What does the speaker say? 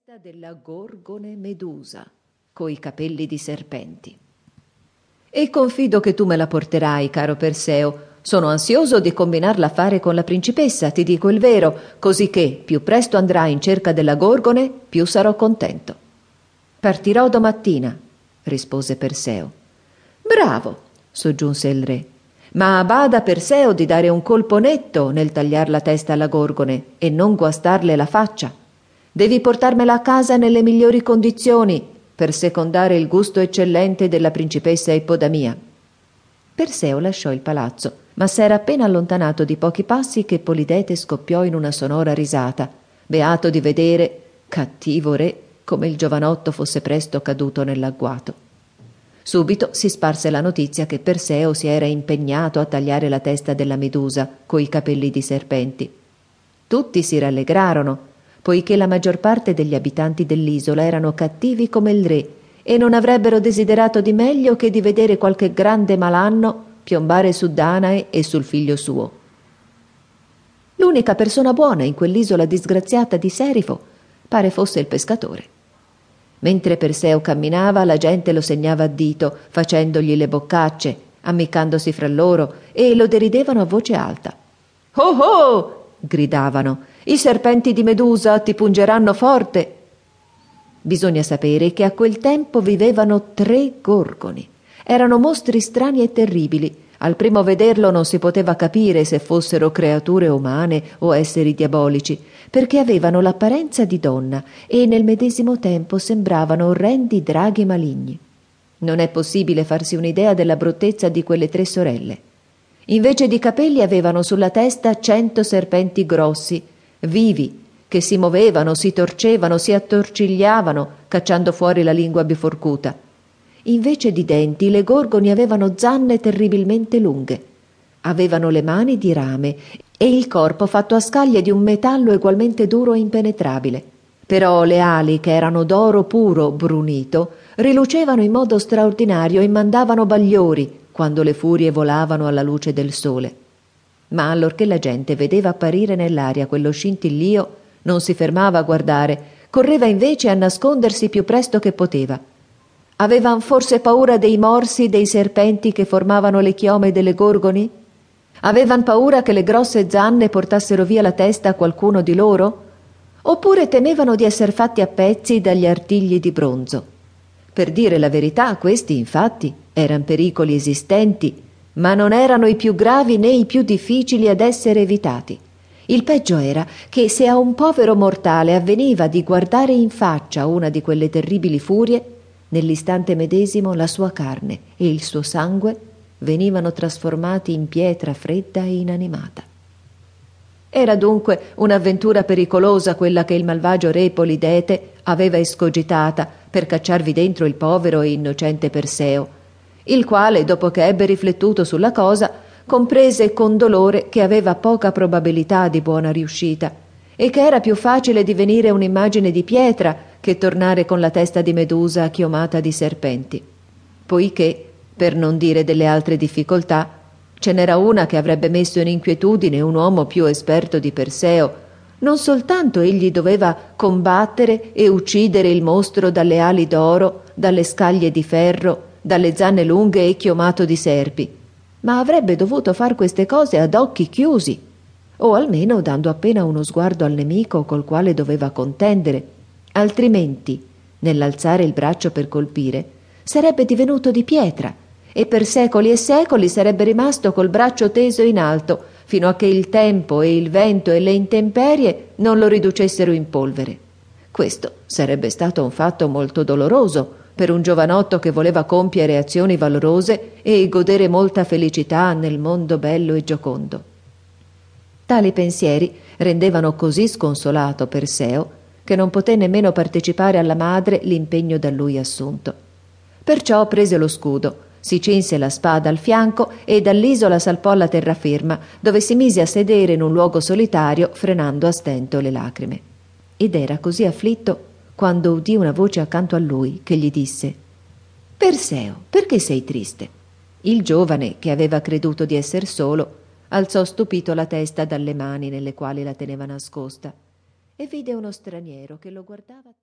testa della Gorgone Medusa, coi capelli di serpenti. E confido che tu me la porterai, caro Perseo. Sono ansioso di combinar l'affare con la principessa, ti dico il vero, così che più presto andrai in cerca della Gorgone, più sarò contento. Partirò domattina, rispose Perseo. Bravo, soggiunse il re. Ma bada, Perseo, di dare un colpo netto nel tagliar la testa alla Gorgone e non guastarle la faccia. Devi portarmela a casa nelle migliori condizioni per secondare il gusto eccellente della principessa Ippodamia. Perseo lasciò il palazzo, ma s'era appena allontanato di pochi passi che Polidete scoppiò in una sonora risata, beato di vedere, cattivo re, come il giovanotto fosse presto caduto nell'agguato. Subito si sparse la notizia che Perseo si era impegnato a tagliare la testa della Medusa coi capelli di serpenti. Tutti si rallegrarono, poiché la maggior parte degli abitanti dell'isola erano cattivi come il re e non avrebbero desiderato di meglio che di vedere qualche grande malanno piombare su Danae e sul figlio suo. L'unica persona buona in quell'isola disgraziata di Serifo pare fosse il pescatore. Mentre Perseo camminava, la gente lo segnava a dito, facendogli le boccacce, ammiccandosi fra loro, e lo deridevano a voce alta. «Oh oh!» gridavano. «I serpenti di Medusa ti pungeranno forte!» Bisogna sapere che a quel tempo vivevano 3 gorgoni. Erano mostri strani e terribili. Al primo vederlo non si poteva capire se fossero creature umane o esseri diabolici, perché avevano l'apparenza di donna e nel medesimo tempo sembravano orrendi draghi maligni. Non è possibile farsi un'idea della bruttezza di quelle 3 sorelle. Invece di capelli avevano sulla testa 100 serpenti grossi, vivi, che si movevano, si torcevano, si attorcigliavano, cacciando fuori la lingua biforcuta. Invece di denti, le gorgoni avevano zanne terribilmente lunghe. Avevano le mani di rame e il corpo fatto a scaglie di un metallo ugualmente duro e impenetrabile. Però le ali, che erano d'oro puro brunito, rilucevano in modo straordinario e mandavano bagliori quando le furie volavano alla luce del sole. Ma allorché la gente vedeva apparire nell'aria quello scintillio, non si fermava a guardare, correva invece a nascondersi più presto che poteva. Avevan forse paura dei morsi dei serpenti che formavano le chiome delle gorgoni? Avevan paura che le grosse zanne portassero via la testa a qualcuno di loro? Oppure temevano di esser fatti a pezzi dagli artigli di bronzo? Per dire la verità, questi, infatti, eran pericoli esistenti, ma non erano i più gravi né i più difficili ad essere evitati. Il peggio era che se a un povero mortale avveniva di guardare in faccia una di quelle terribili furie, nell'istante medesimo la sua carne e il suo sangue venivano trasformati in pietra fredda e inanimata. Era dunque un'avventura pericolosa quella che il malvagio re Polidete aveva escogitata per cacciarvi dentro il povero e innocente Perseo, il quale, dopo che ebbe riflettuto sulla cosa, comprese con dolore che aveva poca probabilità di buona riuscita e che era più facile divenire un'immagine di pietra che tornare con la testa di Medusa chiomata di serpenti, poiché, per non dire delle altre difficoltà, ce n'era una che avrebbe messo in inquietudine un uomo più esperto di Perseo. Non soltanto egli doveva combattere e uccidere il mostro dalle ali d'oro, dalle scaglie di ferro, dalle zanne lunghe e chiomato di serpi, ma avrebbe dovuto far queste cose ad occhi chiusi, o almeno dando appena uno sguardo al nemico col quale doveva contendere, altrimenti, nell'alzare il braccio per colpire, sarebbe divenuto di pietra e per secoli e secoli sarebbe rimasto col braccio teso in alto, fino a che il tempo e il vento e le intemperie non lo riducessero in polvere. Questo sarebbe stato un fatto molto doloroso per un giovanotto che voleva compiere azioni valorose e godere molta felicità nel mondo bello e giocondo. Tali pensieri rendevano così sconsolato Perseo che non poté nemmeno partecipare alla madre l'impegno da lui assunto. Perciò prese lo scudo, si cinse la spada al fianco e dall'isola salpò alla terraferma, dove si mise a sedere in un luogo solitario, frenando a stento le lacrime. Ed era così afflitto quando udì una voce accanto a lui che gli disse: «Perseo, perché sei triste?» Il giovane, che aveva creduto di esser solo, alzò stupito la testa dalle mani nelle quali la teneva nascosta e vide uno straniero che lo guardava